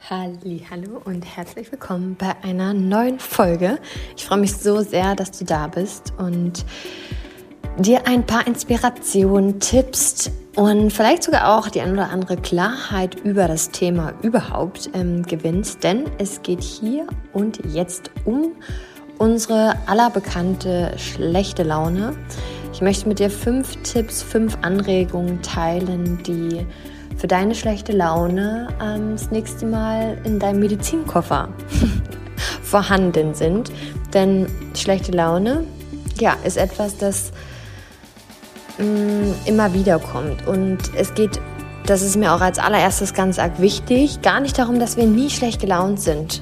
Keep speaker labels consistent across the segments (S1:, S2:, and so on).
S1: Hallo und herzlich willkommen bei einer neuen Folge. Ich freue mich so sehr, dass du da bist und dir ein paar Inspirationen, Tipps und vielleicht sogar auch die ein oder andere Klarheit über das Thema überhaupt gewinnst. Denn es geht hier und jetzt um unsere allerbekannte schlechte Laune. Ich möchte mit dir 5 Tipps, 5 Anregungen teilen, die für deine schlechte Laune das nächste Mal in deinem Medizinkoffer vorhanden sind. Denn schlechte Laune, ist etwas, das immer wieder kommt. Und es geht, das ist mir auch als allererstes ganz arg wichtig, gar nicht darum, dass wir nie schlecht gelaunt sind.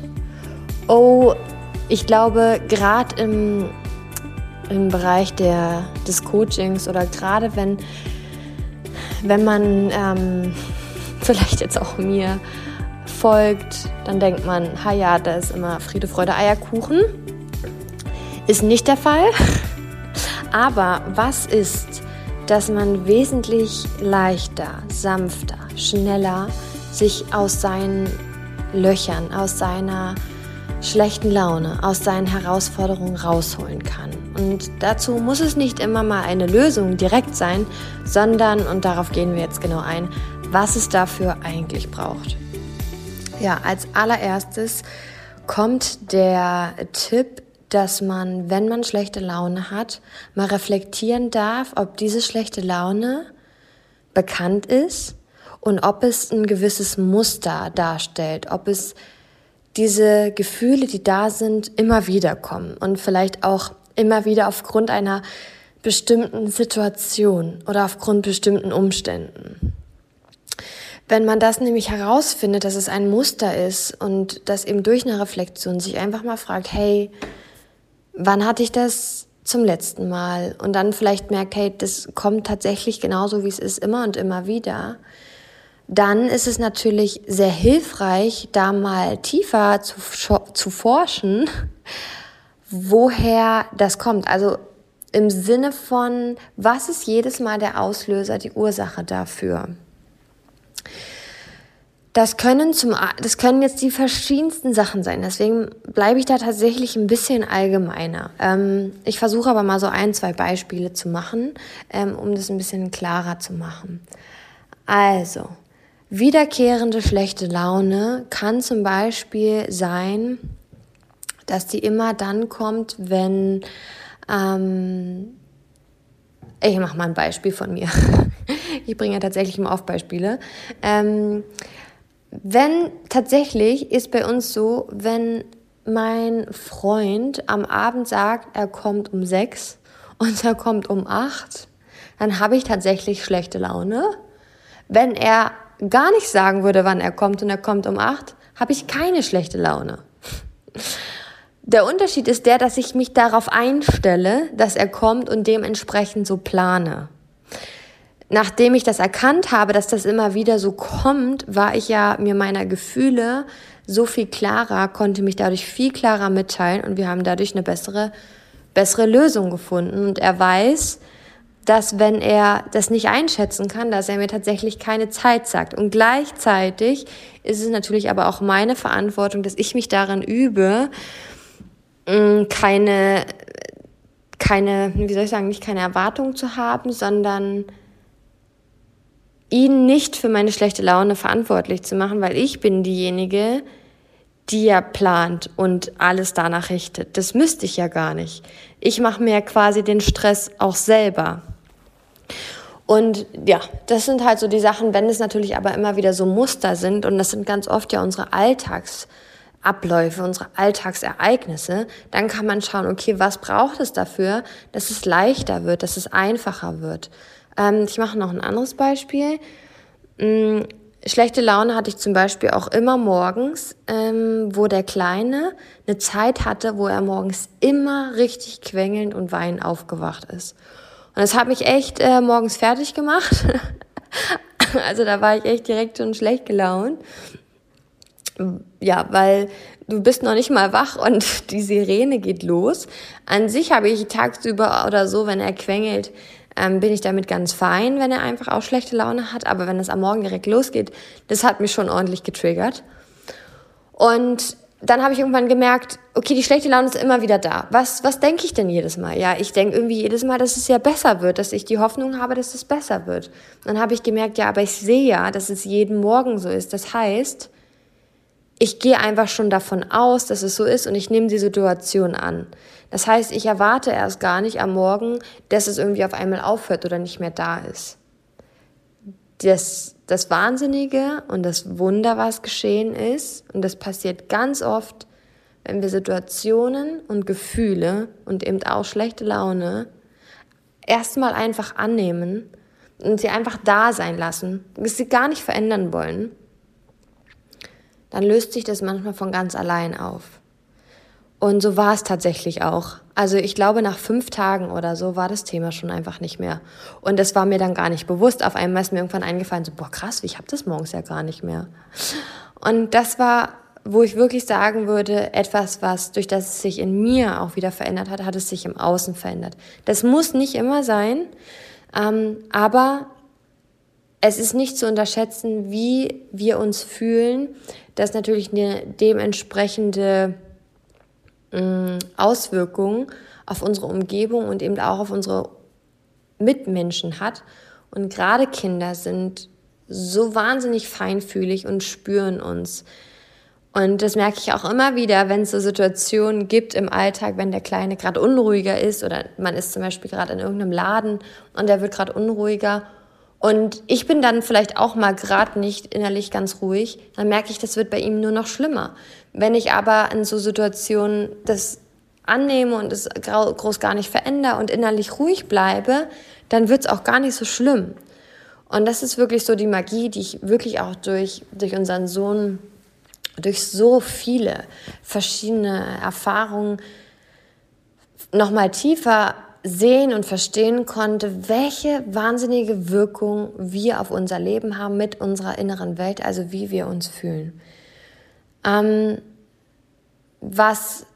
S1: Ich glaube, gerade im Bereich des Coachings oder gerade wenn man vielleicht jetzt auch mir folgt, dann denkt man, da ist immer Friede, Freude, Eierkuchen. Ist nicht der Fall. Aber was ist, dass man wesentlich leichter, sanfter, schneller sich aus seinen Löchern, aus seiner schlechten Laune, aus seinen Herausforderungen rausholen kann. Und dazu muss es nicht immer mal eine Lösung direkt sein, sondern, und darauf gehen wir jetzt genau ein, was es dafür eigentlich braucht. Ja, als allererstes kommt der Tipp, dass man, wenn man schlechte Laune hat, mal reflektieren darf, ob diese schlechte Laune bekannt ist und ob es ein gewisses Muster darstellt, ob es diese Gefühle, die da sind, immer wieder kommen und vielleicht auch immer wieder aufgrund einer bestimmten Situation oder aufgrund bestimmten Umständen. Wenn man das nämlich herausfindet, dass es ein Muster ist und dass eben durch eine Reflexion sich einfach mal fragt, hey, wann hatte ich das zum letzten Mal? Und dann vielleicht merkt, hey, das kommt tatsächlich genauso, wie es ist, immer und immer wieder. Dann ist es natürlich sehr hilfreich, da mal tiefer zu forschen, woher das kommt. Also im Sinne von, was ist jedes Mal der Auslöser, die Ursache dafür? Das können jetzt die verschiedensten Sachen sein. Deswegen bleibe ich da tatsächlich ein bisschen allgemeiner. Ich versuche aber mal so 1, 2 Beispiele zu machen, um das ein bisschen klarer zu machen. Also, wiederkehrende schlechte Laune kann zum Beispiel sein, dass die immer dann kommt, wenn, ich mache mal ein Beispiel von mir. Ich bringe ja tatsächlich immer auf Beispiele. Wenn tatsächlich ist bei uns so, wenn mein Freund am Abend sagt, er kommt um 6 und er kommt um 8, dann habe ich tatsächlich schlechte Laune. Wenn er gar nicht sagen würde, wann er kommt und er kommt um 8, habe ich keine schlechte Laune. Der Unterschied ist der, dass ich mich darauf einstelle, dass er kommt und dementsprechend so plane. Nachdem ich das erkannt habe, dass das immer wieder so kommt, war ich ja mir meiner Gefühle so viel klarer, konnte mich dadurch viel klarer mitteilen und wir haben dadurch eine bessere Lösung gefunden. Und er weiß, dass wenn er das nicht einschätzen kann, dass er mir tatsächlich keine Zeit sagt. Und gleichzeitig ist es natürlich aber auch meine Verantwortung, dass ich mich daran übe, nicht keine Erwartung zu haben, sondern ihn nicht für meine schlechte Laune verantwortlich zu machen, weil ich bin diejenige, die ja plant und alles danach richtet. Das müsste ich ja gar nicht. Ich mache mir quasi den Stress auch selber. Und ja, das sind halt so die Sachen, wenn es natürlich aber immer wieder so Muster sind und das sind ganz oft ja unsere Alltagsabläufe, unsere Alltagsereignisse, dann kann man schauen, okay, was braucht es dafür, dass es leichter wird, dass es einfacher wird. Ich mache noch ein anderes Beispiel. Schlechte Laune hatte ich zum Beispiel auch immer morgens, wo der Kleine eine Zeit hatte, wo er morgens immer richtig quengelnd und weinend aufgewacht ist. Und das hat mich echt morgens fertig gemacht. Also da war ich echt direkt schon schlecht gelaunt. Ja, weil du bist noch nicht mal wach und die Sirene geht los. An sich habe ich tagsüber oder so, wenn er quengelt, bin ich damit ganz fein, wenn er einfach auch schlechte Laune hat. Aber wenn es am Morgen direkt losgeht, das hat mich schon ordentlich getriggert. Und dann habe ich irgendwann gemerkt, okay, die schlechte Laune ist immer wieder da. Was denke ich denn jedes Mal? Ja, ich denke irgendwie jedes Mal, dass es ja besser wird, dass ich die Hoffnung habe, dass es besser wird. Dann habe ich gemerkt, ja, aber ich sehe ja, dass es jeden Morgen so ist. Das heißt, ich gehe einfach schon davon aus, dass es so ist und ich nehme die Situation an. Das heißt, ich erwarte erst gar nicht am Morgen, dass es irgendwie auf einmal aufhört oder nicht mehr da ist. Das Wahnsinnige und das Wunder, was geschehen ist, und das passiert ganz oft, wenn wir Situationen und Gefühle und eben auch schlechte Laune erstmal einfach annehmen und sie einfach da sein lassen, sie gar nicht verändern wollen, dann löst sich das manchmal von ganz allein auf. Und so war es tatsächlich auch. Also ich glaube, nach 5 Tagen oder so war das Thema schon einfach nicht mehr. Und das war mir dann gar nicht bewusst. Auf einmal ist mir irgendwann eingefallen, so, boah krass, ich habe das morgens ja gar nicht mehr. Und das war, wo ich wirklich sagen würde, etwas, was durch das es sich in mir auch wieder verändert hat, hat es sich im Außen verändert. Das muss nicht immer sein, aber es ist nicht zu unterschätzen, wie wir uns fühlen, dass natürlich eine dementsprechende Auswirkungen auf unsere Umgebung und eben auch auf unsere Mitmenschen hat. Und gerade Kinder sind so wahnsinnig feinfühlig und spüren uns. Und das merke ich auch immer wieder, wenn es so Situationen gibt im Alltag, wenn der Kleine gerade unruhiger ist oder man ist zum Beispiel gerade in irgendeinem Laden und der wird gerade unruhiger und ich bin dann vielleicht auch mal gerade nicht innerlich ganz ruhig, dann merke ich, das wird bei ihm nur noch schlimmer. Wenn ich aber in so Situationen das annehme und es groß gar nicht verändere und innerlich ruhig bleibe, dann wird es auch gar nicht so schlimm. Und das ist wirklich so die Magie, die ich wirklich auch durch unseren Sohn, durch so viele verschiedene Erfahrungen nochmal tiefer sehen und verstehen konnte, welche wahnsinnige Wirkung wir auf unser Leben haben mit unserer inneren Welt, also wie wir uns fühlen. Was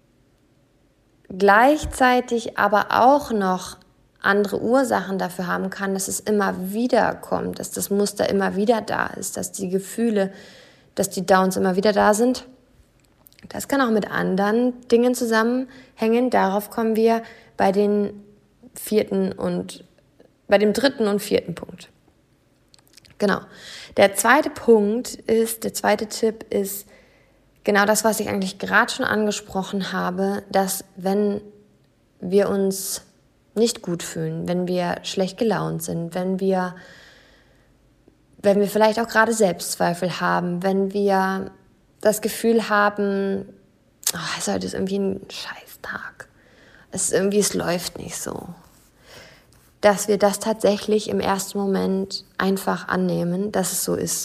S1: gleichzeitig aber auch noch andere Ursachen dafür haben kann, dass es immer wieder kommt, dass das Muster immer wieder da ist, dass die Gefühle, dass die Downs immer wieder da sind. Das kann auch mit anderen Dingen zusammenhängen. Darauf kommen wir bei dem 3. und 4. Punkt. Genau. Der zweite Tipp ist genau das, was ich eigentlich gerade schon angesprochen habe, dass wenn wir uns nicht gut fühlen, wenn wir schlecht gelaunt sind, wenn wir vielleicht auch gerade Selbstzweifel haben, wenn wir das Gefühl haben, heute ist irgendwie ein Scheißtag, es läuft nicht so, dass wir das tatsächlich im ersten Moment einfach annehmen, dass es so ist.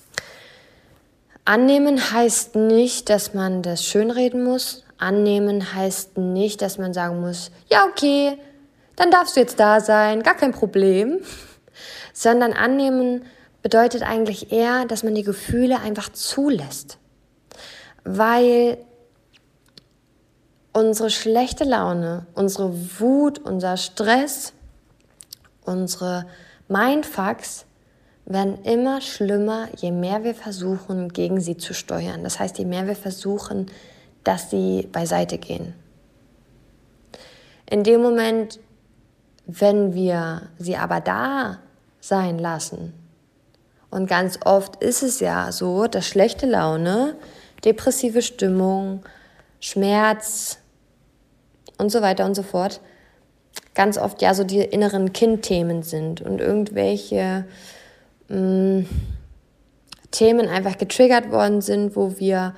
S1: Annehmen heißt nicht, dass man das schönreden muss. Annehmen heißt nicht, dass man sagen muss, ja okay, dann darfst du jetzt da sein, gar kein Problem. Sondern annehmen bedeutet eigentlich eher, dass man die Gefühle einfach zulässt. Weil unsere schlechte Laune, unsere Wut, unser Stress, unsere Mindfucks werden immer schlimmer, je mehr wir versuchen, gegen sie zu steuern. Das heißt, je mehr wir versuchen, dass sie beiseite gehen. In dem Moment, wenn wir sie aber da sein lassen, und ganz oft ist es ja so, dass schlechte Laune, depressive Stimmung, Schmerz und so weiter und so fort ganz oft ja so die inneren Kindthemen sind und irgendwelche Themen einfach getriggert worden sind, wo wir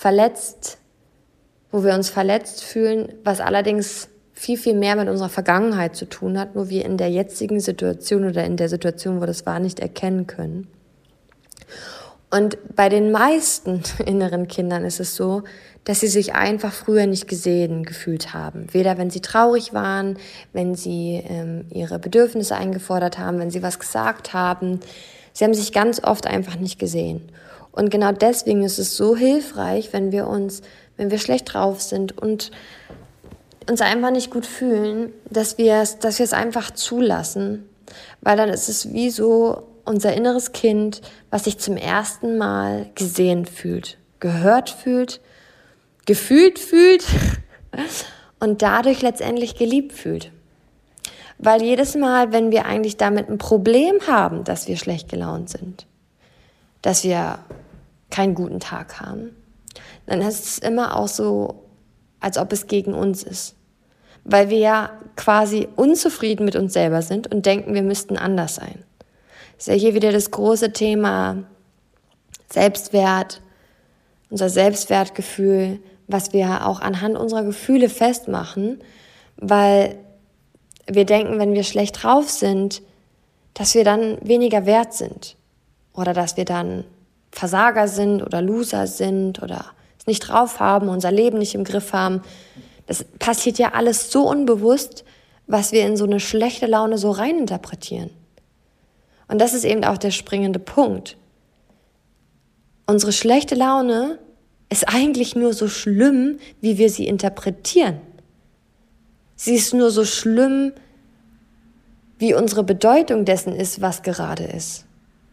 S1: uns verletzt fühlen, was allerdings viel, viel mehr mit unserer Vergangenheit zu tun hat, nur wir in der jetzigen Situation oder in der Situation, wo das war, nicht erkennen können. Und bei den meisten inneren Kindern ist es so, dass sie sich einfach früher nicht gesehen gefühlt haben. Weder wenn sie traurig waren, wenn sie ihre Bedürfnisse eingefordert haben, wenn sie was gesagt haben. Sie haben sich ganz oft einfach nicht gesehen. Und genau deswegen ist es so hilfreich, wenn wir schlecht drauf sind und uns einfach nicht gut fühlen, dass wir es einfach zulassen. Weil dann ist es wie so unser inneres Kind, was sich zum ersten Mal gesehen fühlt, gehört fühlt, gefühlt fühlt und dadurch letztendlich geliebt fühlt. Weil jedes Mal, wenn wir eigentlich damit ein Problem haben, dass wir schlecht gelaunt sind, dass wir keinen guten Tag haben, dann ist es immer auch so, als ob es gegen uns ist. Weil wir ja quasi unzufrieden mit uns selber sind und denken, wir müssten anders sein. Das ist ja hier wieder das große Thema Selbstwert, unser Selbstwertgefühl, was wir auch anhand unserer Gefühle festmachen, weil wir denken, wenn wir schlecht drauf sind, dass wir dann weniger wert sind oder dass wir dann Versager sind oder Loser sind oder es nicht drauf haben, unser Leben nicht im Griff haben. Das passiert ja alles so unbewusst, was wir in so eine schlechte Laune so reininterpretieren. Und das ist eben auch der springende Punkt. Unsere schlechte Laune ist eigentlich nur so schlimm, wie wir sie interpretieren. Sie ist nur so schlimm, wie unsere Bedeutung dessen ist, was gerade ist.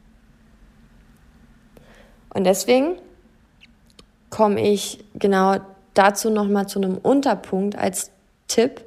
S1: Und deswegen komme ich genau dazu nochmal zu einem Unterpunkt als Tipp,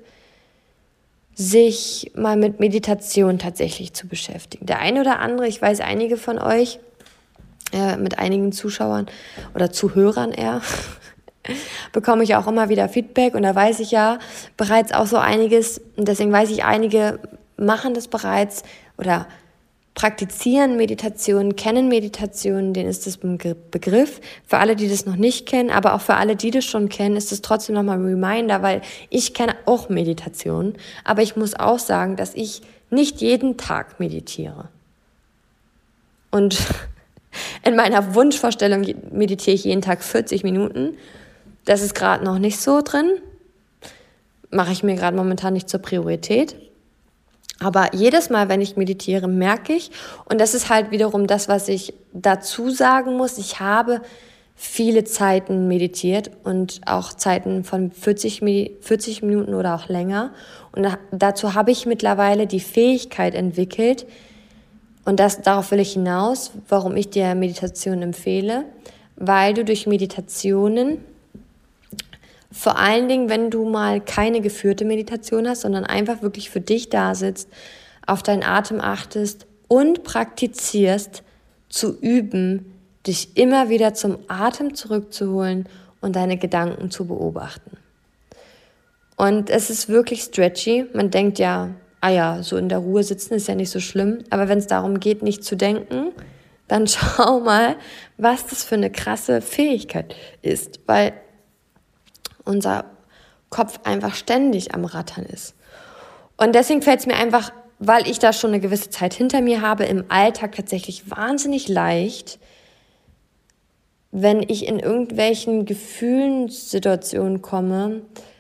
S1: sich mal mit Meditation tatsächlich zu beschäftigen. Der eine oder andere, ich weiß, einige von euch, mit einigen Zuschauern oder Zuhörern eher, bekomme ich auch immer wieder Feedback und da weiß ich ja bereits auch so einiges und deswegen weiß ich, einige machen das bereits oder praktizieren Meditation, kennen Meditation, denen ist das ein Begriff. Für alle, die das noch nicht kennen, aber auch für alle, die das schon kennen, ist es trotzdem nochmal ein Reminder, weil ich kenne auch Meditation, aber ich muss auch sagen, dass ich nicht jeden Tag meditiere. Und in meiner Wunschvorstellung meditiere ich jeden Tag 40 Minuten. Das ist gerade noch nicht so drin. Mache ich mir gerade momentan nicht zur Priorität. Aber jedes Mal, wenn ich meditiere, merke ich, und das ist halt wiederum das, was ich dazu sagen muss, ich habe viele Zeiten meditiert und auch Zeiten von 40 Minuten oder auch länger. Und dazu habe ich mittlerweile die Fähigkeit entwickelt, und darauf will ich hinaus, warum ich dir Meditation empfehle, weil du durch Meditationen, vor allen Dingen, wenn du mal keine geführte Meditation hast, sondern einfach wirklich für dich da sitzt, auf deinen Atem achtest und praktizierst, zu üben, dich immer wieder zum Atem zurückzuholen und deine Gedanken zu beobachten. Und es ist wirklich stretchy. Man denkt ja, so in der Ruhe sitzen ist ja nicht so schlimm. Aber wenn es darum geht, nicht zu denken, dann schau mal, was das für eine krasse Fähigkeit ist. Weil unser Kopf einfach ständig am Rattern ist. Und deswegen fällt es mir einfach, weil ich da schon eine gewisse Zeit hinter mir habe, im Alltag tatsächlich wahnsinnig leicht, wenn ich in irgendwelchen Gefühlssituationen komme,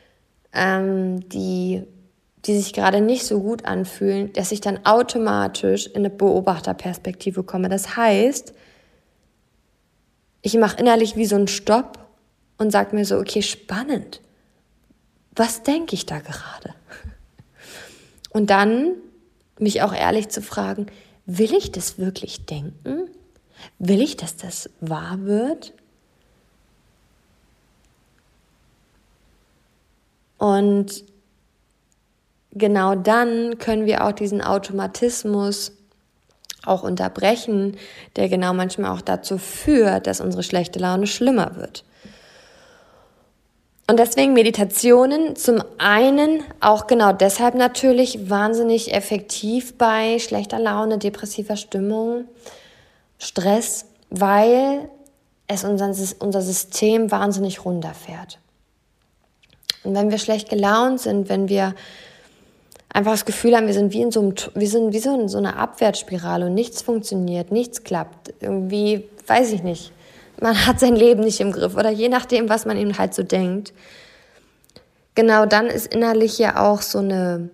S1: die sich gerade nicht so gut anfühlen, dass ich dann automatisch in eine Beobachterperspektive komme. Das heißt, ich mache innerlich wie so einen Stopp und sage mir so, okay, spannend. Was denke ich da gerade? Und dann mich auch ehrlich zu fragen, will ich das wirklich denken? Will ich, dass das wahr wird? Und genau dann können wir auch diesen Automatismus auch unterbrechen, der genau manchmal auch dazu führt, dass unsere schlechte Laune schlimmer wird. Und deswegen Meditationen zum einen auch genau deshalb natürlich wahnsinnig effektiv bei schlechter Laune, depressiver Stimmung, Stress, weil es unser System wahnsinnig runterfährt. Und wenn wir schlecht gelaunt sind, wenn wir einfach das Gefühl haben, wir sind wie in so einer Abwärtsspirale und nichts funktioniert, nichts klappt, irgendwie, weiß ich nicht, man hat sein Leben nicht im Griff oder je nachdem, was man eben halt so denkt. Genau dann ist innerlich ja auch so eine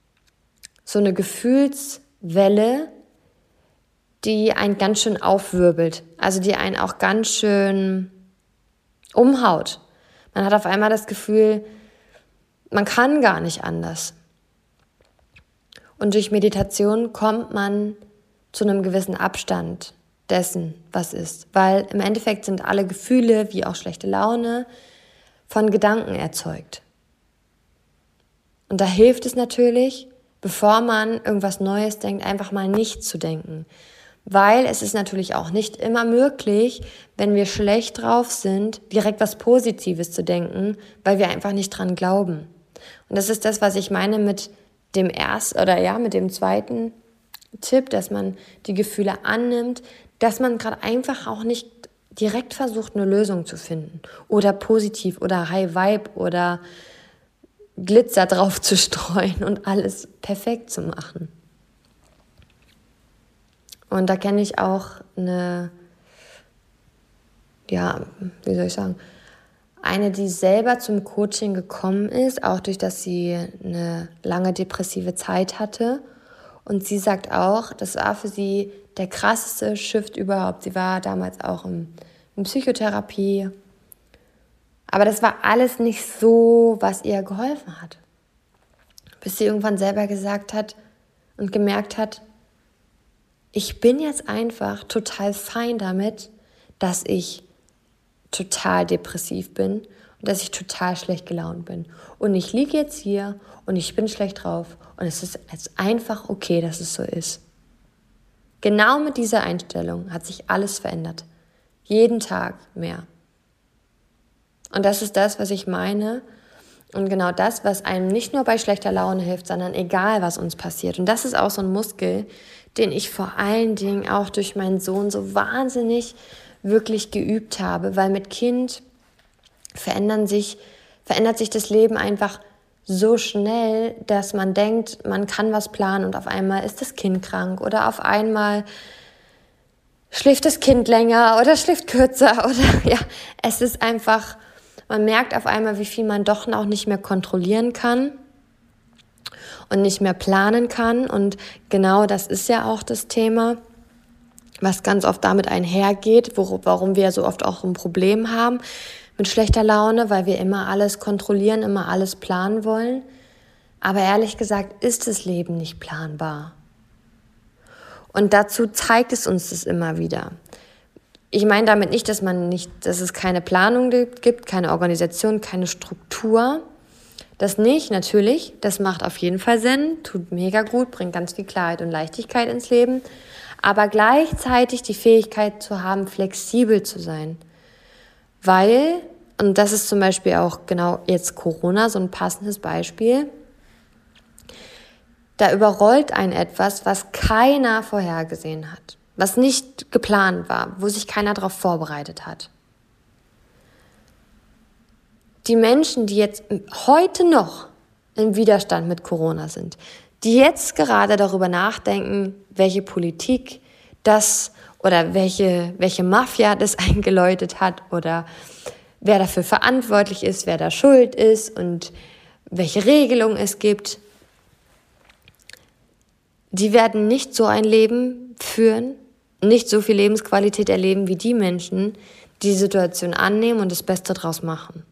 S1: Gefühlswelle, die einen ganz schön aufwirbelt, also die einen auch ganz schön umhaut. Man hat auf einmal das Gefühl, man kann gar nicht anders. Und durch Meditation kommt man zu einem gewissen Abstand dessen, was ist. Weil im Endeffekt sind alle Gefühle, wie auch schlechte Laune, von Gedanken erzeugt. Und da hilft es natürlich, bevor man irgendwas Neues denkt, einfach mal nicht zu denken. Weil es ist natürlich auch nicht immer möglich, wenn wir schlecht drauf sind, direkt was Positives zu denken, weil wir einfach nicht dran glauben. Und das ist das, was ich meine mit mit dem zweiten Tipp, dass man die Gefühle annimmt, dass man gerade einfach auch nicht direkt versucht, eine Lösung zu finden oder positiv oder High Vibe oder Glitzer drauf zu streuen und alles perfekt zu machen. Und da kenne ich auch eine, die selber zum Coaching gekommen ist, auch durch, dass sie eine lange depressive Zeit hatte. Und sie sagt auch, das war für sie der krasseste Shift überhaupt. Sie war damals auch in Psychotherapie. Aber das war alles nicht so, was ihr geholfen hat. Bis sie irgendwann selber gesagt hat und gemerkt hat, ich bin jetzt einfach total fein damit, dass ich total depressiv bin und dass ich total schlecht gelaunt bin. Und ich liege jetzt hier und ich bin schlecht drauf. Und es ist jetzt einfach okay, dass es so ist. Genau mit dieser Einstellung hat sich alles verändert. Jeden Tag mehr. Und das ist das, was ich meine. Und genau das, was einem nicht nur bei schlechter Laune hilft, sondern egal, was uns passiert. Und das ist auch so ein Muskel, den ich vor allen Dingen auch durch meinen Sohn so wahnsinnig wirklich geübt habe. Weil mit Kind verändert sich das Leben einfach so schnell, dass man denkt, man kann was planen und auf einmal ist das Kind krank oder auf einmal schläft das Kind länger oder schläft kürzer oder es ist einfach, man merkt auf einmal, wie viel man doch auch nicht mehr kontrollieren kann und nicht mehr planen kann. Und genau das ist ja auch das Thema, was ganz oft damit einhergeht, warum wir so oft auch ein Problem haben mit schlechter Laune, weil wir immer alles kontrollieren, immer alles planen wollen. Aber ehrlich gesagt ist das Leben nicht planbar. Und dazu zeigt es uns das immer wieder. Ich meine damit nicht, dass es keine Planung gibt, keine Organisation, keine Struktur. Das nicht, natürlich, das macht auf jeden Fall Sinn, tut mega gut, bringt ganz viel Klarheit und Leichtigkeit ins Leben. Aber gleichzeitig die Fähigkeit zu haben, flexibel zu sein. Weil, und das ist zum Beispiel auch genau jetzt Corona, so ein passendes Beispiel, da überrollt einen etwas, was keiner vorhergesehen hat, was nicht geplant war, wo sich keiner darauf vorbereitet hat. Die Menschen, die jetzt heute noch im Widerstand mit Corona sind, die jetzt gerade darüber nachdenken, welche Politik das oder welche Mafia das eingeläutet hat oder wer dafür verantwortlich ist, wer da schuld ist und welche Regelung es gibt, die werden nicht so ein Leben führen, nicht so viel Lebensqualität erleben wie die Menschen, die die Situation annehmen und das Beste draus machen.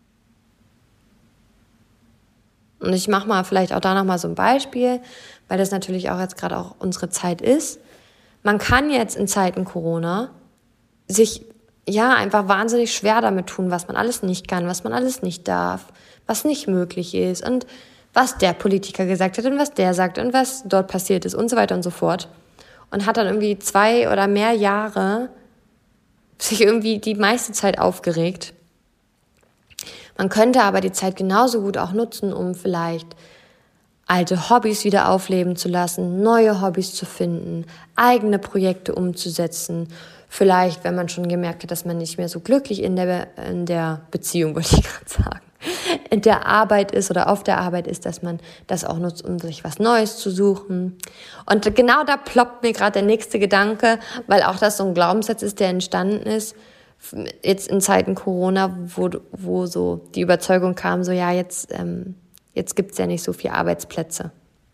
S1: Und ich mache mal vielleicht auch da nochmal so ein Beispiel, weil das natürlich auch jetzt gerade auch unsere Zeit ist. Man kann jetzt in Zeiten Corona sich einfach wahnsinnig schwer damit tun, was man alles nicht kann, was man alles nicht darf, was nicht möglich ist und was der Politiker gesagt hat und was der sagt und was dort passiert ist und so weiter und so fort. Und hat dann irgendwie 2 oder mehr Jahre sich irgendwie die meiste Zeit aufgeregt. Man könnte aber die Zeit genauso gut auch nutzen, um vielleicht alte Hobbys wieder aufleben zu lassen, neue Hobbys zu finden, eigene Projekte umzusetzen. Vielleicht, wenn man schon gemerkt hat, dass man nicht mehr so glücklich in der Beziehung, wollte ich gerade sagen, in der Arbeit ist oder auf der Arbeit ist, dass man das auch nutzt, um sich was Neues zu suchen. Und genau da ploppt mir gerade der nächste Gedanke, weil auch das so ein Glaubenssatz ist, der entstanden ist, jetzt in Zeiten Corona, wo so die Überzeugung kam, so jetzt gibt's ja nicht so viele Arbeitsplätze.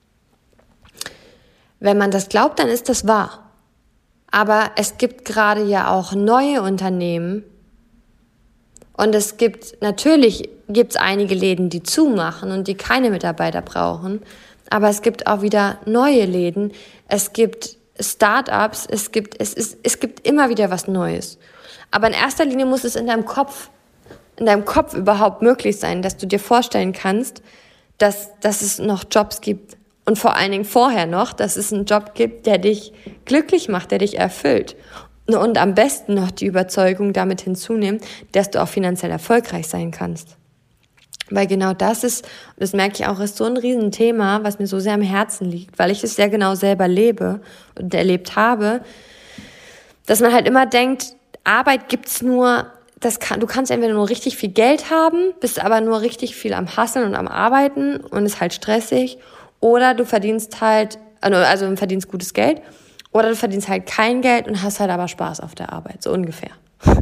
S1: Wenn man das glaubt, dann ist das wahr. Aber es gibt gerade ja auch neue Unternehmen und natürlich gibt's einige Läden, die zumachen und die keine Mitarbeiter brauchen, aber es gibt auch wieder neue Läden. Es gibt Startups, es gibt immer wieder was Neues. Aber in erster Linie muss es in deinem Kopf überhaupt möglich sein, dass du dir vorstellen kannst, dass es noch Jobs gibt und vor allen Dingen vorher noch, dass es einen Job gibt, der dich glücklich macht, der dich erfüllt. Und am besten noch die Überzeugung damit hinzunehmen, dass du auch finanziell erfolgreich sein kannst. Weil genau das ist, und das merke ich auch, ist so ein Riesenthema, was mir so sehr am Herzen liegt, weil ich es sehr genau selber lebe und erlebt habe, dass man halt immer denkt, Arbeit gibt's nur, du kannst entweder nur richtig viel Geld haben, bist aber nur richtig viel am Hustlen und am Arbeiten und ist halt stressig, oder du verdienst halt, also verdienst gutes Geld, oder du verdienst halt kein Geld und hast halt aber Spaß auf der Arbeit, so ungefähr.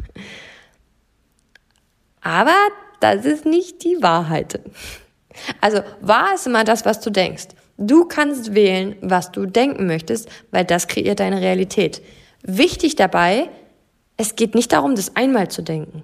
S1: Aber das ist nicht die Wahrheit. Also wahr ist immer das, was du denkst. Du kannst wählen, was du denken möchtest, weil das kreiert deine Realität. Wichtig dabei, es geht nicht darum, das einmal zu denken.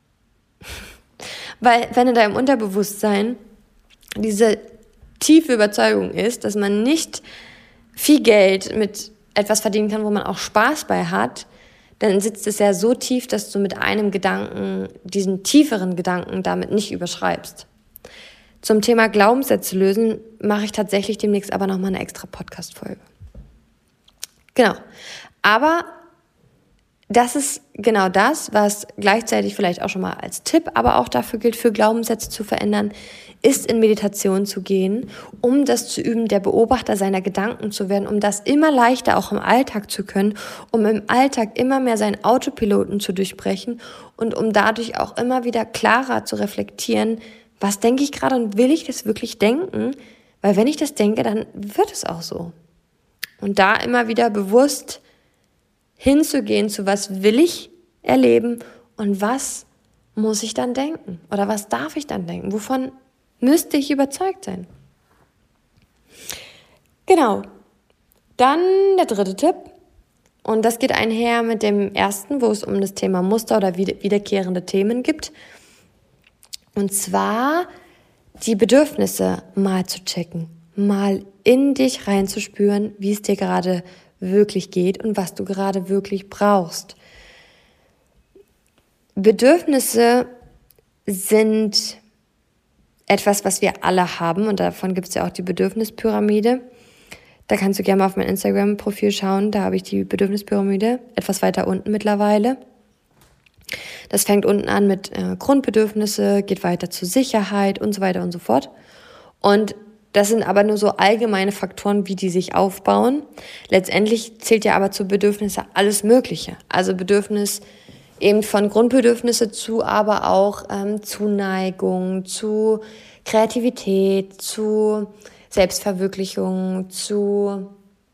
S1: Weil wenn in deinem Unterbewusstsein diese tiefe Überzeugung ist, dass man nicht viel Geld mit etwas verdienen kann, wo man auch Spaß bei hat, dann sitzt es ja so tief, dass du mit einem Gedanken, diesen tieferen Gedanken damit nicht überschreibst. Zum Thema Glaubenssätze lösen mache ich tatsächlich demnächst aber nochmal eine extra Podcast-Folge. Genau. Aber das ist genau das, was gleichzeitig vielleicht auch schon mal als Tipp, aber auch dafür gilt, für Glaubenssätze zu verändern, ist in Meditation zu gehen, um das zu üben, der Beobachter seiner Gedanken zu werden, um das immer leichter auch im Alltag zu können, um im Alltag immer mehr seinen Autopiloten zu durchbrechen und um dadurch auch immer wieder klarer zu reflektieren, was denke ich gerade und will ich das wirklich denken? Weil wenn ich das denke, dann wird es auch so. Und da immer wieder bewusst hinzugehen zu, was will ich erleben und was muss ich dann denken oder was darf ich dann denken, wovon müsste ich überzeugt sein. Genau, dann der dritte Tipp, und das geht einher mit dem ersten, wo es um das Thema Muster oder wiederkehrende Themen gibt, und zwar die Bedürfnisse mal zu checken, mal in dich reinzuspüren, wie es dir gerade wirklich geht und was du gerade wirklich brauchst. Bedürfnisse sind etwas, was wir alle haben, und davon gibt es ja auch die Bedürfnispyramide. Da kannst du gerne mal auf mein Instagram-Profil schauen, da habe ich die Bedürfnispyramide etwas weiter unten mittlerweile. Das fängt unten an mit Grundbedürfnisse, geht weiter zu Sicherheit und so weiter und so fort. Und das sind aber nur so allgemeine Faktoren, wie die sich aufbauen. Letztendlich zählt ja aber zu Bedürfnisse alles Mögliche. Also Bedürfnis eben von Grundbedürfnisse zu, aber auch Zuneigung, zu Kreativität, zu Selbstverwirklichung, zu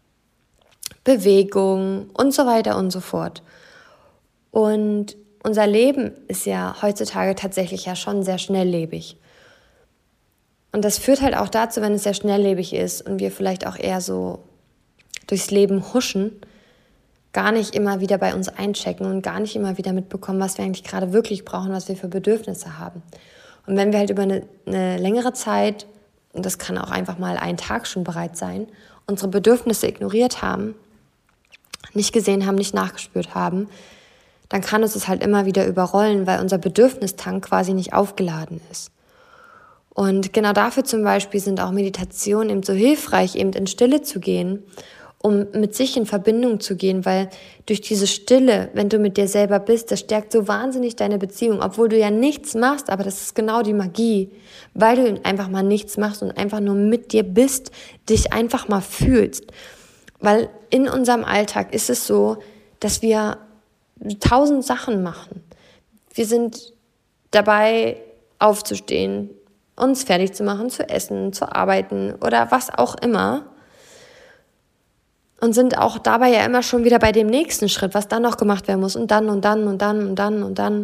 S1: Bewegung und so weiter und so fort. Und unser Leben ist ja heutzutage tatsächlich ja schon sehr schnelllebig. Und das führt halt auch dazu, wenn es sehr schnelllebig ist und wir vielleicht auch eher so durchs Leben huschen, gar nicht immer wieder bei uns einchecken und gar nicht immer wieder mitbekommen, was wir eigentlich gerade wirklich brauchen, was wir für Bedürfnisse haben. Und wenn wir halt über eine längere Zeit, und das kann auch einfach mal ein Tag schon bereits sein, unsere Bedürfnisse ignoriert haben, nicht gesehen haben, nicht nachgespürt haben, dann kann uns das halt immer wieder überrollen, weil unser Bedürfnistank quasi nicht aufgeladen ist. Und genau dafür zum Beispiel sind auch Meditationen eben so hilfreich, eben in Stille zu gehen, um mit sich in Verbindung zu gehen, weil durch diese Stille, wenn du mit dir selber bist, das stärkt so wahnsinnig deine Beziehung, obwohl du ja nichts machst, aber das ist genau die Magie, weil du einfach mal nichts machst und einfach nur mit dir bist, dich einfach mal fühlst. Weil in unserem Alltag ist es so, dass wir 1000 Sachen machen. Wir sind dabei, aufzustehen, uns fertig zu machen, zu essen, zu arbeiten oder was auch immer. Und sind auch dabei ja immer schon wieder bei dem nächsten Schritt, was dann noch gemacht werden muss und dann und dann und dann und dann und dann.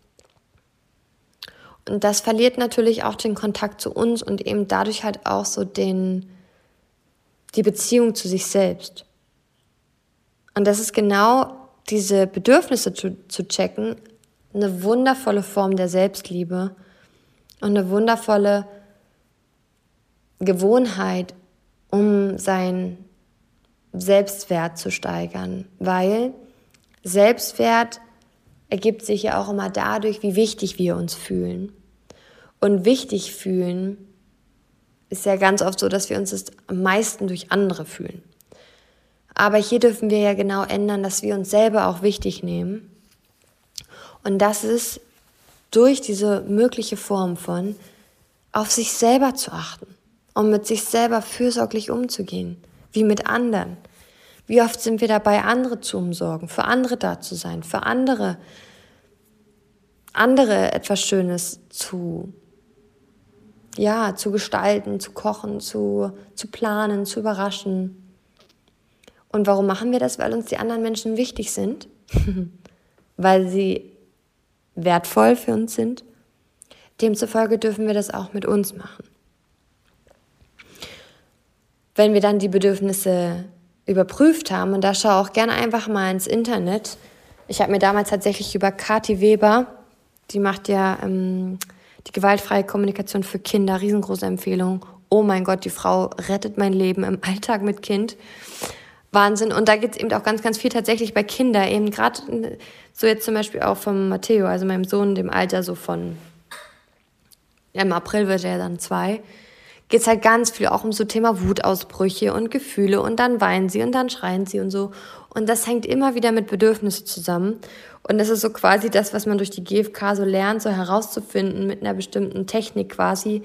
S1: Und das verliert natürlich auch den Kontakt zu uns und eben dadurch halt auch so die Beziehung zu sich selbst. Und das ist genau diese Bedürfnisse zu checken, eine wundervolle Form der Selbstliebe und eine wundervolle Gewohnheit, um sein Selbstwert zu steigern, weil Selbstwert ergibt sich ja auch immer dadurch, wie wichtig wir uns fühlen. Und wichtig fühlen ist ja ganz oft so, dass wir uns das am meisten durch andere fühlen. Aber hier dürfen wir ja genau ändern, dass wir uns selber auch wichtig nehmen. Und das ist durch diese mögliche Form von auf sich selber zu achten und mit sich selber fürsorglich umzugehen, wie mit anderen. Wie oft sind wir dabei, andere zu umsorgen, für andere da zu sein, für andere etwas Schönes zu gestalten, zu kochen, zu planen, zu überraschen. Und warum machen wir das? Weil uns die anderen Menschen wichtig sind, weil sie wertvoll für uns sind. Demzufolge dürfen wir das auch mit uns machen. Wenn wir dann die Bedürfnisse überprüft haben, und da schau auch gerne einfach mal ins Internet. Ich habe mir damals tatsächlich über Kathi Weber, die macht ja die gewaltfreie Kommunikation für Kinder, riesengroße Empfehlung. Oh mein Gott, die Frau rettet mein Leben im Alltag mit Kind. Wahnsinn. Und da geht es eben auch ganz, ganz viel tatsächlich bei Kindern. Eben gerade so jetzt zum Beispiel auch vom Matteo, also meinem Sohn, dem Alter so von, ja, im April wird er ja dann 2, geht es halt ganz viel auch um so Thema Wutausbrüche und Gefühle und dann weinen sie und dann schreien sie und so. Und das hängt immer wieder mit Bedürfnissen zusammen. Und das ist so quasi das, was man durch die GfK so lernt, so herauszufinden mit einer bestimmten Technik quasi,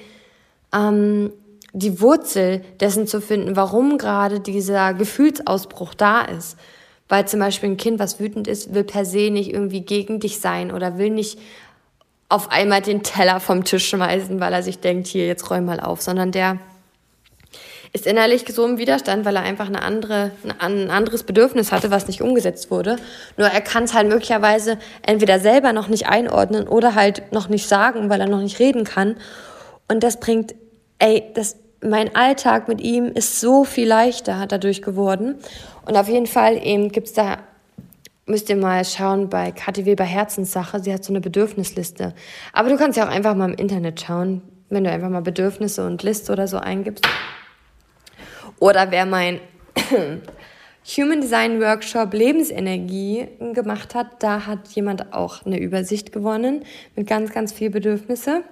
S1: die Wurzel dessen zu finden, warum gerade dieser Gefühlsausbruch da ist. Weil zum Beispiel ein Kind, was wütend ist, will per se nicht irgendwie gegen dich sein oder will nicht auf einmal den Teller vom Tisch schmeißen, weil er sich denkt, hier, jetzt räum mal auf, sondern der ist innerlich so im Widerstand, weil er einfach ein anderes Bedürfnis hatte, was nicht umgesetzt wurde. Nur er kann es halt möglicherweise entweder selber noch nicht einordnen oder halt noch nicht sagen, weil er noch nicht reden kann. Und das bringt, mein Alltag mit ihm ist so viel leichter dadurch geworden. Und auf jeden Fall eben gibt's da, müsst ihr mal schauen, bei Kathi Weber Herzenssache, sie hat so eine Bedürfnisliste. Aber du kannst ja auch einfach mal im Internet schauen, wenn du einfach mal Bedürfnisse und Liste oder so eingibst. Oder wer mein Human Design Workshop Lebensenergie gemacht hat, da hat jemand auch eine Übersicht gewonnen mit ganz, ganz viel Bedürfnisse.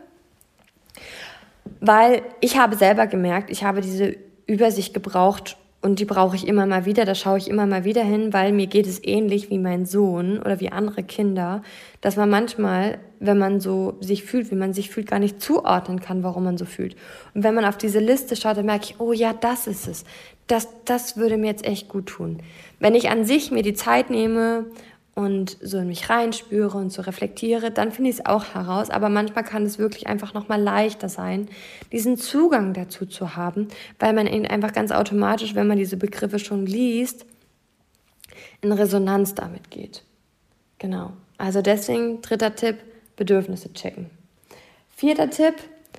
S1: Weil ich habe selber gemerkt, ich habe diese Übersicht gebraucht und die brauche ich immer mal wieder, da schaue ich immer mal wieder hin, weil mir geht es ähnlich wie mein Sohn oder wie andere Kinder, dass man manchmal, wenn man so sich fühlt, wie man sich fühlt, gar nicht zuordnen kann, warum man so fühlt. Und wenn man auf diese Liste schaut, dann merke ich, oh ja, das ist es. Das würde mir jetzt echt gut tun. Wenn ich an sich mir die Zeit nehme und so in mich reinspüre und so reflektiere, dann finde ich es auch heraus. Aber manchmal kann es wirklich einfach nochmal leichter sein, diesen Zugang dazu zu haben, weil man eben einfach ganz automatisch, wenn man diese Begriffe schon liest, in Resonanz damit geht. Genau. Also deswegen 3. Tipp, Bedürfnisse checken. 4. Tipp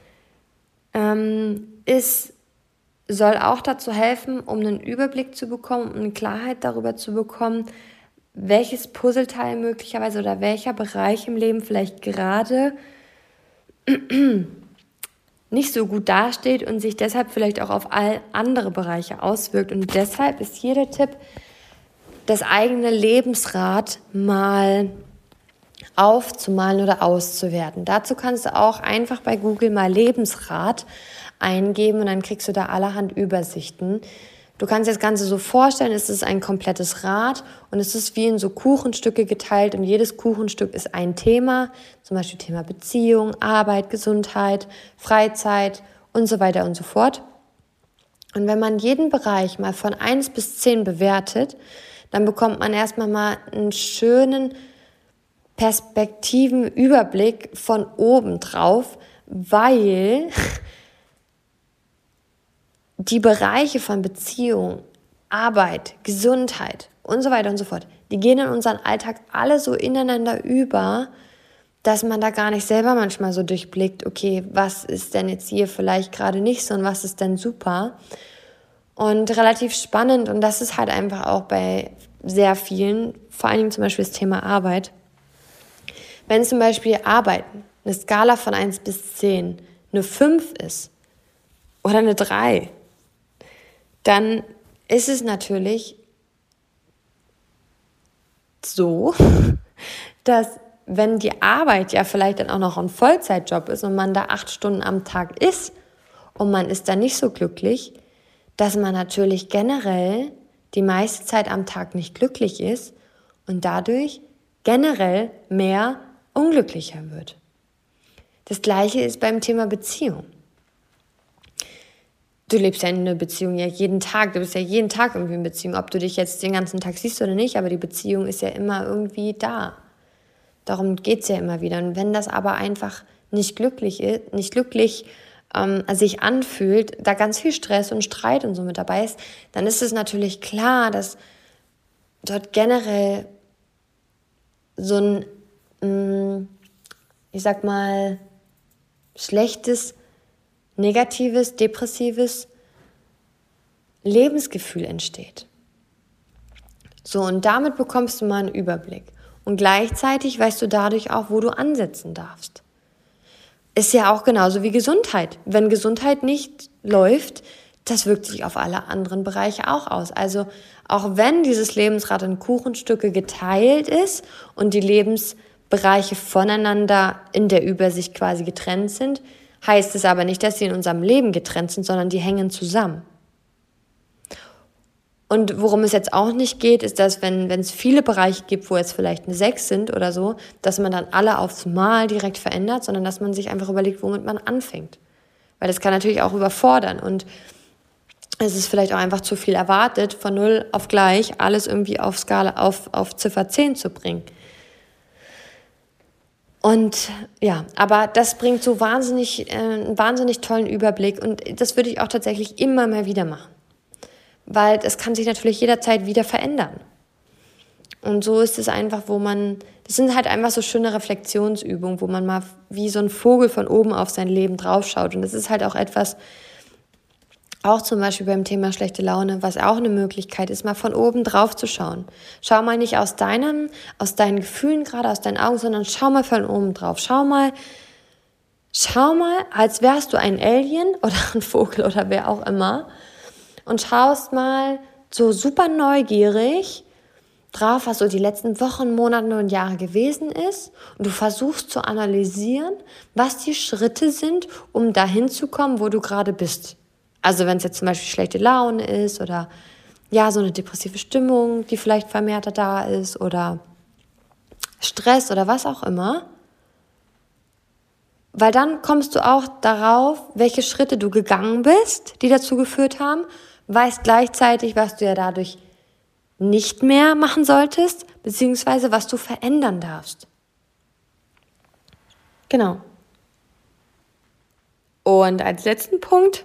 S1: soll auch dazu helfen, um einen Überblick zu bekommen, um eine Klarheit darüber zu bekommen, welches Puzzleteil möglicherweise oder welcher Bereich im Leben vielleicht gerade nicht so gut dasteht und sich deshalb vielleicht auch auf all andere Bereiche auswirkt. Und deshalb ist hier der Tipp, das eigene Lebensrad mal aufzumalen oder auszuwerten. Dazu kannst du auch einfach bei Google mal Lebensrad eingeben und dann kriegst du da allerhand Übersichten. Du kannst dir das Ganze so vorstellen, es ist ein komplettes Rad und es ist wie in so Kuchenstücke geteilt und jedes Kuchenstück ist ein Thema, zum Beispiel Thema Beziehung, Arbeit, Gesundheit, Freizeit und so weiter und so fort. Und wenn man jeden Bereich mal von 1 bis 10 bewertet, dann bekommt man erstmal mal einen schönen Perspektivenüberblick von oben drauf, weil die Bereiche von Beziehung, Arbeit, Gesundheit und so weiter und so fort, die gehen in unseren Alltag alle so ineinander über, dass man da gar nicht selber manchmal so durchblickt, okay, was ist denn jetzt hier vielleicht gerade nicht so und was ist denn super? Und relativ spannend, und das ist halt einfach auch bei sehr vielen, vor allen Dingen zum Beispiel das Thema Arbeit. Wenn zum Beispiel Arbeiten eine Skala von 1 bis 10 eine 5 ist oder eine 3, dann ist es natürlich so, dass wenn die Arbeit ja vielleicht dann auch noch ein Vollzeitjob ist und man da 8 Stunden am Tag ist und man ist dann nicht so glücklich, dass man natürlich generell die meiste Zeit am Tag nicht glücklich ist und dadurch generell mehr unglücklicher wird. Das Gleiche ist beim Thema Beziehung. Du lebst ja in einer Beziehung ja jeden Tag, du bist ja jeden Tag irgendwie in Beziehung, ob du dich jetzt den ganzen Tag siehst oder nicht, aber die Beziehung ist ja immer irgendwie da. Darum geht es ja immer wieder. Und wenn das aber einfach nicht glücklich ist, nicht glücklich sich anfühlt, da ganz viel Stress und Streit und so mit dabei ist, dann ist es natürlich klar, dass dort generell so ein, ich sag mal, schlechtes, negatives, depressives Lebensgefühl entsteht. So, und damit bekommst du mal einen Überblick. Und gleichzeitig weißt du dadurch auch, wo du ansetzen darfst. Ist ja auch genauso wie Gesundheit. Wenn Gesundheit nicht läuft, das wirkt sich auf alle anderen Bereiche auch aus. Also auch wenn dieses Lebensrad in Kuchenstücke geteilt ist und die Lebensbereiche voneinander in der Übersicht quasi getrennt sind, heißt es aber nicht, dass sie in unserem Leben getrennt sind, sondern die hängen zusammen. Und worum es jetzt auch nicht geht, ist, dass wenn es viele Bereiche gibt, wo jetzt vielleicht eine 6 sind oder so, dass man dann alle aufs Mal direkt verändert, sondern dass man sich einfach überlegt, womit man anfängt. Weil das kann natürlich auch überfordern und es ist vielleicht auch einfach zu viel erwartet, von 0 auf gleich alles irgendwie auf Skala auf Ziffer 10 zu bringen. Und ja, aber das bringt so einen wahnsinnig tollen Überblick und das würde ich auch tatsächlich immer mal wieder machen. Weil das kann sich natürlich jederzeit wieder verändern. Und so ist es einfach, das sind halt einfach so schöne Reflexionsübungen, wo man mal wie so ein Vogel von oben auf sein Leben draufschaut. Und das ist halt auch etwas, auch zum Beispiel beim Thema schlechte Laune, was auch eine Möglichkeit ist, mal von oben drauf zu schauen. Schau mal nicht aus deinen Gefühlen gerade, aus deinen Augen, sondern schau mal von oben drauf. Schau mal, als wärst du ein Alien oder ein Vogel oder wer auch immer und schaust mal so super neugierig drauf, was so die letzten Wochen, Monate und Jahre gewesen ist und du versuchst zu analysieren, was die Schritte sind, um dahin zu kommen, wo du gerade bist. Also wenn es jetzt zum Beispiel schlechte Laune ist oder ja so eine depressive Stimmung, die vielleicht vermehrter da ist oder Stress oder was auch immer. Weil dann kommst du auch darauf, welche Schritte du gegangen bist, die dazu geführt haben, weißt gleichzeitig, was du ja dadurch nicht mehr machen solltest, beziehungsweise was du verändern darfst. Genau. Und als letzten Punkt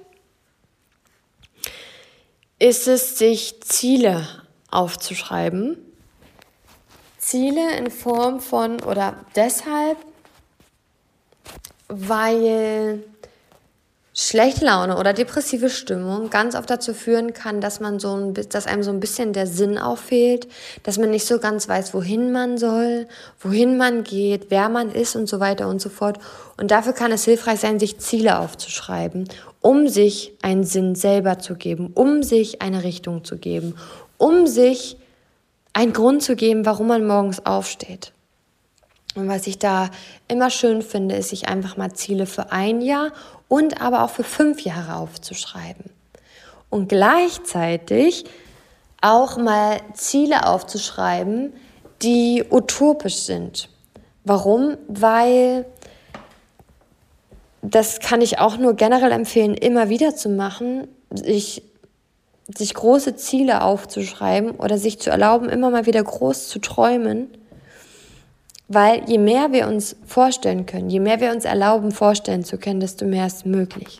S1: ist es, sich Ziele aufzuschreiben. Ziele in Form von, oder deshalb, weil schlechte Laune oder depressive Stimmung ganz oft dazu führen kann, dass einem so ein bisschen der Sinn auch fehlt, dass man nicht so ganz weiß, wohin man soll, wohin man geht, wer man ist und so weiter und so fort. Und dafür kann es hilfreich sein, sich Ziele aufzuschreiben, um sich einen Sinn selber zu geben, um sich eine Richtung zu geben, um sich einen Grund zu geben, warum man morgens aufsteht. Und was ich da immer schön finde, ist, sich einfach mal Ziele für 1 Jahr und aber auch für 5 Jahre aufzuschreiben. Und gleichzeitig auch mal Ziele aufzuschreiben, die utopisch sind. Warum? Weil, das kann ich auch nur generell empfehlen, immer wieder zu machen, sich große Ziele aufzuschreiben oder sich zu erlauben, immer mal wieder groß zu träumen. Weil je mehr wir uns vorstellen können, je mehr wir uns erlauben, vorstellen zu können, desto mehr ist möglich.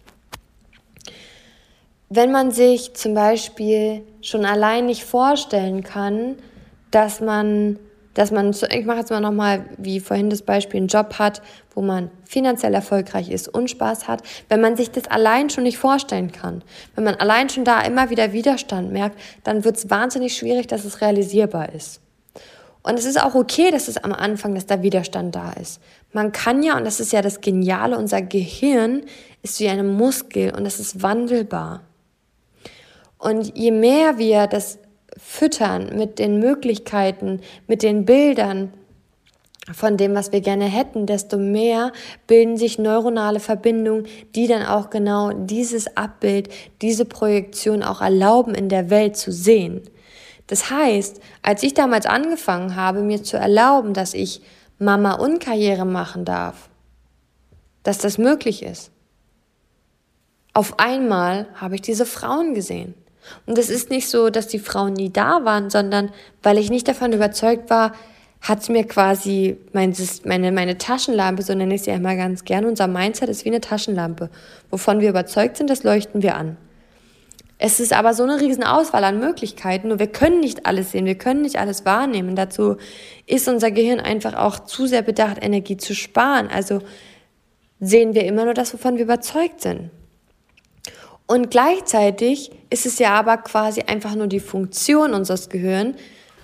S1: Wenn man sich zum Beispiel schon allein nicht vorstellen kann, dass man, ich mache jetzt mal nochmal, wie vorhin das Beispiel, einen Job hat, wo man finanziell erfolgreich ist und Spaß hat, wenn man sich das allein schon nicht vorstellen kann, wenn man allein schon da immer wieder Widerstand merkt, dann wird es wahnsinnig schwierig, dass es realisierbar ist. Und es ist auch okay, dass es am Anfang, dass da Widerstand da ist. Man kann ja, und das ist ja das Geniale, unser Gehirn ist wie ein Muskel und es ist wandelbar. Und je mehr wir das füttern mit den Möglichkeiten, mit den Bildern von dem, was wir gerne hätten, desto mehr bilden sich neuronale Verbindungen, die dann auch genau dieses Abbild, diese Projektion auch erlauben, in der Welt zu sehen. Das heißt, als ich damals angefangen habe, mir zu erlauben, dass ich Mama und Karriere machen darf, dass das möglich ist, auf einmal habe ich diese Frauen gesehen. Und es ist nicht so, dass die Frauen nie da waren, sondern weil ich nicht davon überzeugt war, hat es mir quasi meine Taschenlampe, so nenne ich sie ja immer ganz gerne, unser Mindset ist wie eine Taschenlampe. Wovon wir überzeugt sind, das leuchten wir an. Es ist aber so eine riesen Auswahl an Möglichkeiten, nur wir können nicht alles sehen, wir können nicht alles wahrnehmen. Dazu ist unser Gehirn einfach auch zu sehr bedacht, Energie zu sparen. Also sehen wir immer nur das, wovon wir überzeugt sind. Und gleichzeitig ist es ja aber quasi einfach nur die Funktion unseres Gehirn,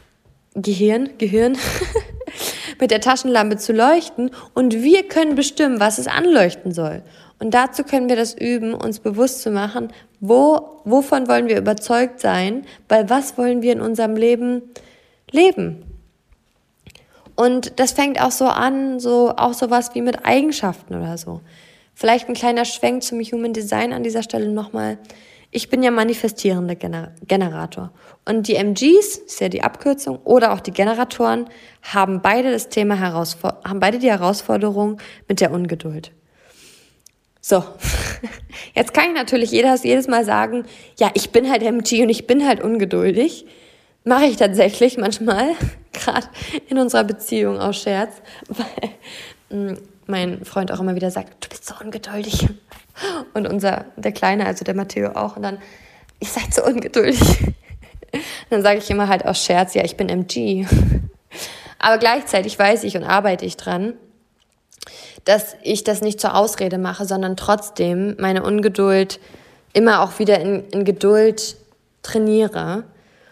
S1: mit der Taschenlampe zu leuchten und wir können bestimmen, was es anleuchten soll. Und dazu können wir das üben, uns bewusst zu machen, wovon wollen wir überzeugt sein, weil was wollen wir in unserem Leben leben. Und das fängt auch so an, auch sowas wie mit Eigenschaften oder so. Vielleicht ein kleiner Schwenk zum Human Design an dieser Stelle nochmal. Ich bin ja manifestierender Generator. Und die MGs, ist ja die Abkürzung, oder auch die Generatoren, haben beide die Herausforderung mit der Ungeduld. So, jetzt kann ich natürlich jedes Mal sagen, ja, ich bin halt MG und ich bin halt ungeduldig. Mache ich tatsächlich manchmal, gerade in unserer Beziehung aus Scherz, weil mein Freund auch immer wieder sagt, du bist so ungeduldig. Und der Kleine, also der Matteo auch. Und dann, ich seid so ungeduldig. Und dann sage ich immer halt aus Scherz, ja, ich bin MG. Aber gleichzeitig weiß ich und arbeite ich dran, dass ich das nicht zur Ausrede mache, sondern trotzdem meine Ungeduld immer auch wieder in Geduld trainiere.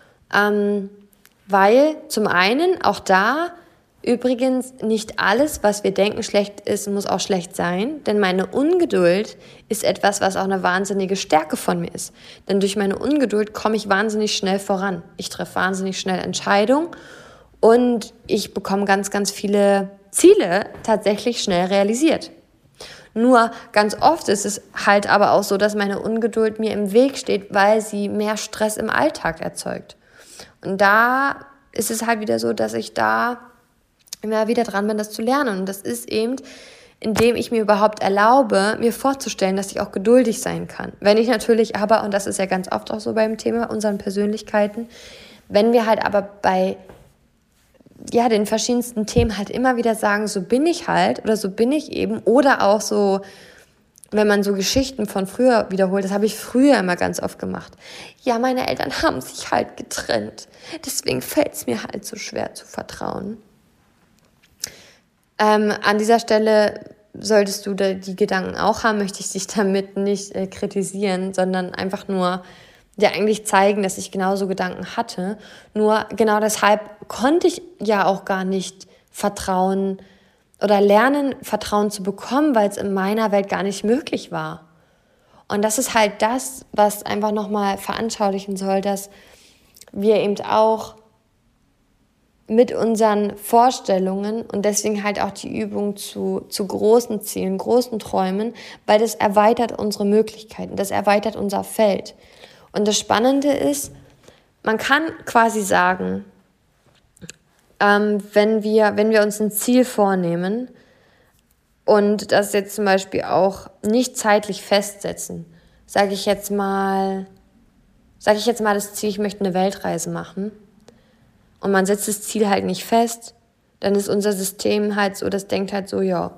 S1: Weil zum einen auch da übrigens nicht alles, was wir denken schlecht ist, muss auch schlecht sein, denn meine Ungeduld ist etwas, was auch eine wahnsinnige Stärke von mir ist. Denn durch meine Ungeduld komme ich wahnsinnig schnell voran. Ich treffe wahnsinnig schnell Entscheidungen und ich bekomme ganz, ganz viele Ziele tatsächlich schnell realisiert. Nur ganz oft ist es halt aber auch so, dass meine Ungeduld mir im Weg steht, weil sie mehr Stress im Alltag erzeugt. Und da ist es halt wieder so, dass ich da immer wieder dran bin, das zu lernen. Und das ist eben, indem ich mir überhaupt erlaube, mir vorzustellen, dass ich auch geduldig sein kann. Wenn ich natürlich aber, und das ist ja ganz oft auch so beim Thema unseren Persönlichkeiten, wenn wir halt aber bei den verschiedensten Themen halt immer wieder sagen, so bin ich halt oder so bin ich eben, oder auch so, wenn man so Geschichten von früher wiederholt, das habe ich früher immer ganz oft gemacht. Ja, meine Eltern haben sich halt getrennt, deswegen fällt es mir halt so schwer zu vertrauen. An dieser Stelle solltest du die Gedanken auch haben, möchte ich dich damit nicht kritisieren, sondern einfach nur dir eigentlich zeigen, dass ich genauso Gedanken hatte. Nur genau deshalb konnte ich ja auch gar nicht vertrauen oder lernen, Vertrauen zu bekommen, weil es in meiner Welt gar nicht möglich war. Und das ist halt das, was einfach nochmal veranschaulichen soll, dass wir eben auch mit unseren Vorstellungen und deswegen halt auch die Übung zu großen Zielen, großen Träumen, weil das erweitert unsere Möglichkeiten, das erweitert unser Feld. Und das Spannende ist, man kann quasi sagen, wenn wir uns ein Ziel vornehmen und das jetzt zum Beispiel auch nicht zeitlich festsetzen, sage ich jetzt mal das Ziel, ich möchte eine Weltreise machen, und man setzt das Ziel halt nicht fest, dann ist unser System halt so, das denkt halt so, ja,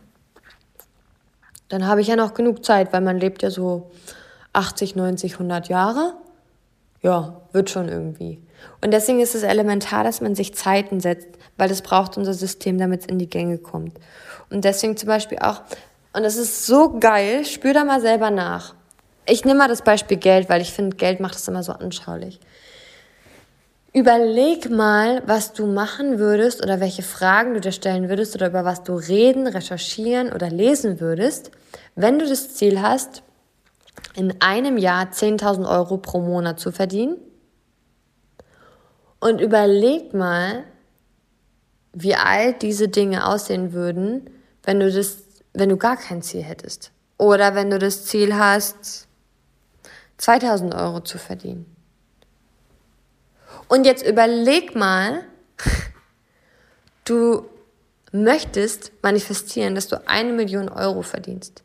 S1: dann habe ich ja noch genug Zeit, weil man lebt ja so 80, 90, 100 Jahre. Ja, wird schon irgendwie. Und deswegen ist es elementar, dass man sich Zeiten setzt, weil das braucht unser System, damit es in die Gänge kommt. Und deswegen zum Beispiel auch, und das ist so geil, spür da mal selber nach. Ich nehme mal das Beispiel Geld, weil ich finde, Geld macht es immer so anschaulich. Überleg mal, was du machen würdest oder welche Fragen du dir stellen würdest oder über was du reden, recherchieren oder lesen würdest, wenn du das Ziel hast, in einem Jahr 10.000 Euro pro Monat zu verdienen. Und überleg mal, wie all diese Dinge aussehen würden, wenn du gar kein Ziel hättest. Oder wenn du das Ziel hast, 2.000 Euro zu verdienen. Und jetzt überleg mal, du möchtest manifestieren, dass du 1 Million Euro verdienst.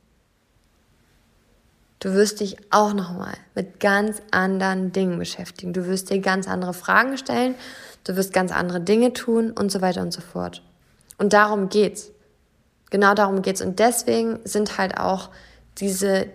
S1: Du wirst dich auch nochmal mit ganz anderen Dingen beschäftigen. Du wirst dir ganz andere Fragen stellen, du wirst ganz andere Dinge tun und so weiter und so fort. Und darum geht's. Genau darum geht's. Und deswegen sind halt auch diese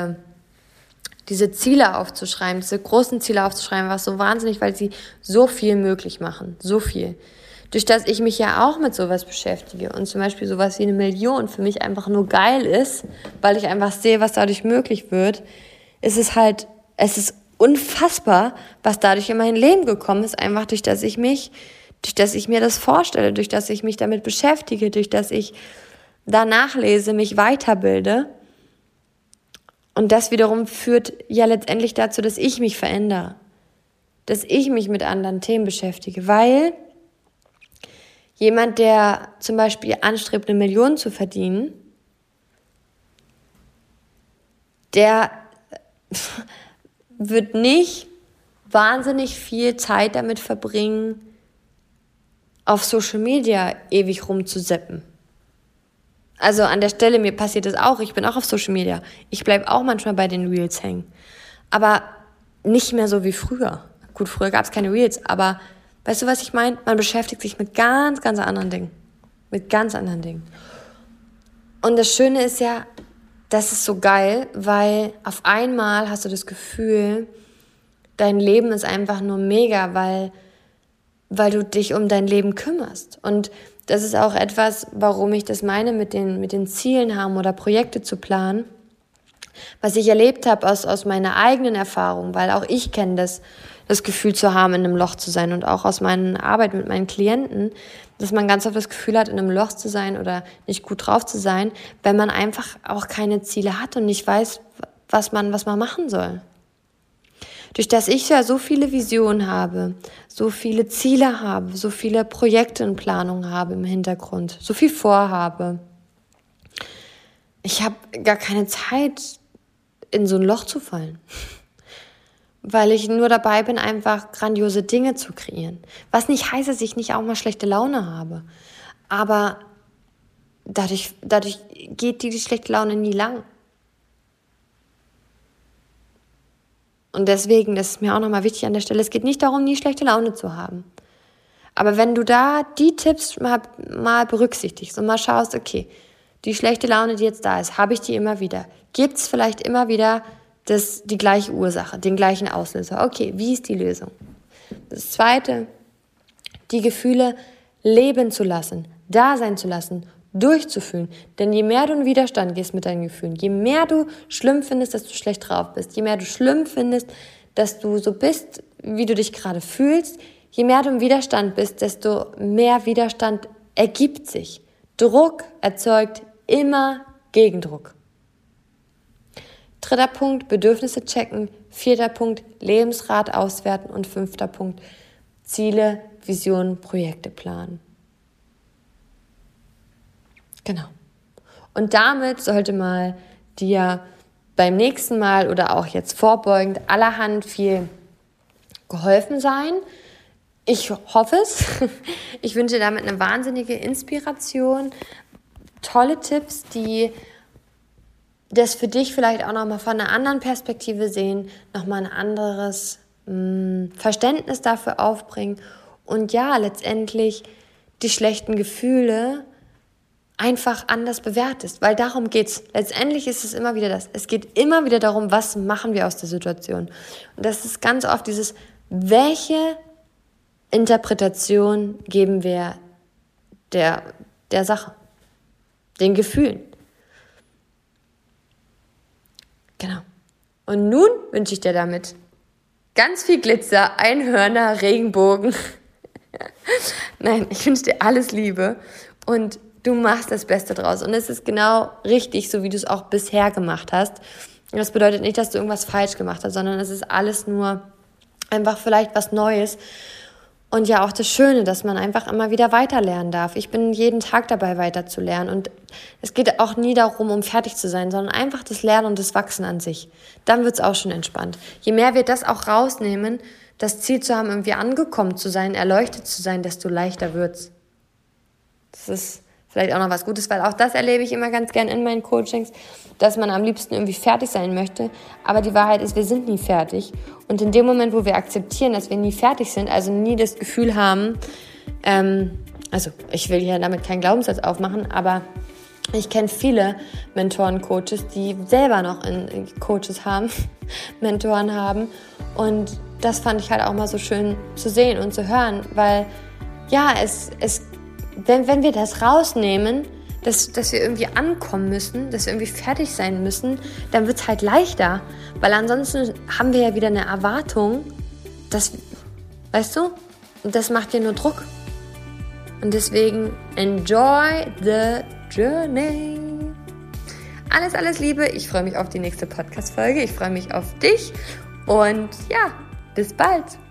S1: Ziele aufzuschreiben, diese großen Ziele aufzuschreiben, was so wahnsinnig, weil sie so viel möglich machen. So viel. Durch das ich mich ja auch mit sowas beschäftige und zum Beispiel sowas wie 1 Million für mich einfach nur geil ist, weil ich einfach sehe, was dadurch möglich wird, es ist unfassbar, was dadurch in mein Leben gekommen ist, einfach durch das ich mir das vorstelle, durch das ich mich damit beschäftige, durch das ich danach lese, mich weiterbilde. Und das wiederum führt ja letztendlich dazu, dass ich mich verändere, dass ich mich mit anderen Themen beschäftige, weil jemand, der zum Beispiel anstrebt, 1 Million zu verdienen, der wird nicht wahnsinnig viel Zeit damit verbringen, auf Social Media ewig rumzuseppen. Also an der Stelle, mir passiert das auch, ich bin auch auf Social Media. Ich bleibe auch manchmal bei den Reels hängen. Aber nicht mehr so wie früher. Gut, früher gab es keine Reels, aber weißt du, was ich meine? Man beschäftigt sich mit ganz, ganz anderen Dingen. Mit ganz anderen Dingen. Und das Schöne ist ja, das ist so geil, weil auf einmal hast du das Gefühl, dein Leben ist einfach nur mega, weil du dich um dein Leben kümmerst. Und das ist auch etwas, warum ich das meine, mit den Zielen haben oder Projekte zu planen, was ich erlebt habe aus meiner eigenen Erfahrung, weil auch ich kenne das Gefühl zu haben, in einem Loch zu sein und auch aus meiner Arbeit mit meinen Klienten, dass man ganz oft das Gefühl hat, in einem Loch zu sein oder nicht gut drauf zu sein, wenn man einfach auch keine Ziele hat und nicht weiß, was man machen soll. Durch das ich ja so viele Visionen habe, so viele Ziele habe, so viele Projekte in Planung habe im Hintergrund, so viel vorhabe. Ich habe gar keine Zeit, in so ein Loch zu fallen. Weil ich nur dabei bin, einfach grandiose Dinge zu kreieren. Was nicht heißt, dass ich nicht auch mal schlechte Laune habe. Aber dadurch geht die schlechte Laune nie lang. Und deswegen, das ist mir auch nochmal wichtig an der Stelle, es geht nicht darum, nie schlechte Laune zu haben. Aber wenn du da die Tipps mal berücksichtigst und mal schaust, okay, die schlechte Laune, die jetzt da ist, habe ich die immer wieder? Gibt es vielleicht immer wieder die gleiche Ursache, den gleichen Auslöser? Okay, wie ist die Lösung? Das Zweite, die Gefühle leben zu lassen, da sein zu lassen, durchzufühlen. Denn je mehr du in Widerstand gehst mit deinen Gefühlen, je mehr du schlimm findest, dass du schlecht drauf bist, je mehr du schlimm findest, dass du so bist, wie du dich gerade fühlst, je mehr du im Widerstand bist, desto mehr Widerstand ergibt sich. Druck erzeugt immer Gegendruck. 3. Punkt, Bedürfnisse checken. 4. Punkt, Lebensrat auswerten. Und 5. Punkt, Ziele, Visionen, Projekte planen. Genau. Und damit sollte mal dir beim nächsten Mal oder auch jetzt vorbeugend allerhand viel geholfen sein. Ich hoffe es. Ich wünsche dir damit eine wahnsinnige Inspiration, tolle Tipps, die das für dich vielleicht auch nochmal von einer anderen Perspektive sehen, nochmal ein anderes Verständnis dafür aufbringen und ja, letztendlich die schlechten Gefühle einfach anders bewertest, weil darum geht's. Letztendlich ist es immer wieder das. Es geht immer wieder darum, was machen wir aus der Situation. Und das ist ganz oft dieses, welche Interpretation geben wir der Sache, den Gefühlen. Genau. Und nun wünsche ich dir damit ganz viel Glitzer, Einhörner, Regenbogen. Nein, ich wünsche dir alles Liebe und du machst das Beste draus. Und es ist genau richtig, so wie du es auch bisher gemacht hast. Das bedeutet nicht, dass du irgendwas falsch gemacht hast, sondern es ist alles nur einfach vielleicht was Neues. Und ja, auch das Schöne, dass man einfach immer wieder weiterlernen darf. Ich bin jeden Tag dabei, weiterzulernen. Und es geht auch nie darum, um fertig zu sein, sondern einfach das Lernen und das Wachsen an sich. Dann wird's auch schon entspannt. Je mehr wir das auch rausnehmen, das Ziel zu haben, irgendwie angekommen zu sein, erleuchtet zu sein, desto leichter wird's. Das ist vielleicht auch noch was Gutes, weil auch das erlebe ich immer ganz gern in meinen Coachings, dass man am liebsten irgendwie fertig sein möchte. Aber die Wahrheit ist, wir sind nie fertig. Und in dem Moment, wo wir akzeptieren, dass wir nie fertig sind, also nie das Gefühl haben, also ich will hier damit keinen Glaubenssatz aufmachen, aber ich kenne viele Mentoren, Coaches, die selber noch Coaches haben, Mentoren haben. Und das fand ich halt auch mal so schön zu sehen und zu hören, weil ja, wenn wir das rausnehmen, dass wir irgendwie ankommen müssen, dass wir irgendwie fertig sein müssen, dann wird es halt leichter. Weil ansonsten haben wir ja wieder eine Erwartung, weißt du, und das macht dir nur Druck. Und deswegen enjoy the journey. Alles Liebe. Ich freue mich auf die nächste Podcast-Folge. Ich freue mich auf dich. Und ja, bis bald.